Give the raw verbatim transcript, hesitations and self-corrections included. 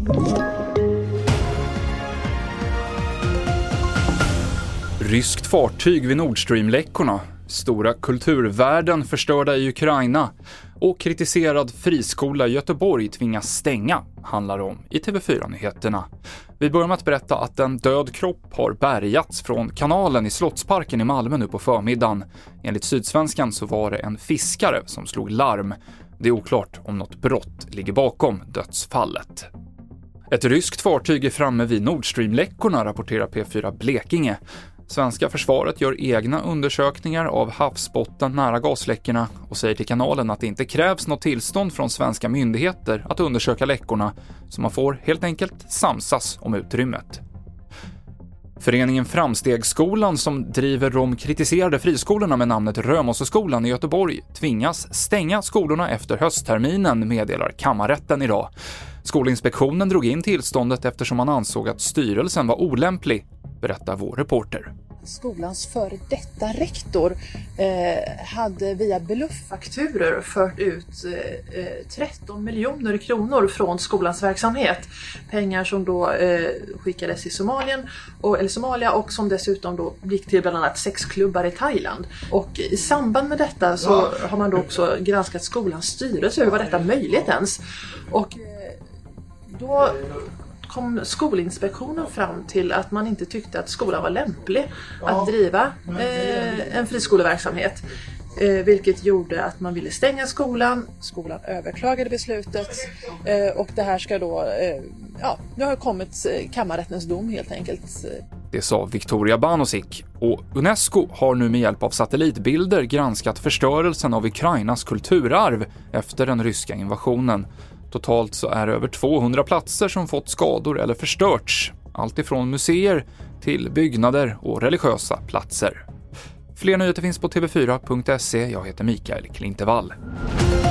Ryskt fartyg vid Nord Stream-läckorna, stora kulturvärden förstörda i Ukraina och kritiserad friskola i Göteborg tvingas stänga, handlar om i T V fyra-nyheterna. Vi börjar med att berätta att en död kropp har bärgats från kanalen i Slottsparken i Malmö nu på förmiddagen. Enligt Sydsvenskan så var det en fiskare som slog larm. Det är oklart om något brott ligger bakom dödsfallet. Ett ryskt fartyg är framme vid Nord Stream-läckorna, rapporterar P fyra Blekinge. Svenska försvaret gör egna undersökningar av havsbotten nära gasläckorna och säger till kanalen att det inte krävs något tillstånd från svenska myndigheter att undersöka läckorna, så man får helt enkelt samsas om utrymmet. Föreningen Framstegsskolan, som driver de kritiserade friskolorna med namnet Römosseskolan i Göteborg, tvingas stänga skolorna efter höstterminen, meddelar kammarrätten idag. Skolinspektionen drog in tillståndet eftersom man ansåg att styrelsen var olämplig, berättar vår reporter. Skolans före detta rektor eh, hade via bluffakturor fört ut eh, tretton miljoner kronor från skolans verksamhet. Pengar som då eh, skickades i Somalien och, eller Somalia och som dessutom då gick till bland annat sexklubbar i Thailand. Och i samband med detta så har man då också granskat skolans styrelse över vad detta möjligt ens. Och eh, då kom Skolinspektionen fram till att man inte tyckte att skolan var lämplig att driva eh, en friskoleverksamhet. Eh, vilket gjorde att man ville stänga skolan. Skolan överklagade beslutet eh, och det här ska då, eh, ja, nu har kommit eh, kammarrättens dom helt enkelt. Det sa Victoria Banosik, och UNESCO har nu med hjälp av satellitbilder granskat förstörelsen av Ukrainas kulturarv efter den ryska invasionen. Totalt så är det över tvåhundra platser som fått skador eller förstörts, allt ifrån museer till byggnader och religiösa platser. Fler nyheter finns på t v fyra punkt se. Jag heter Mikael Klintevall.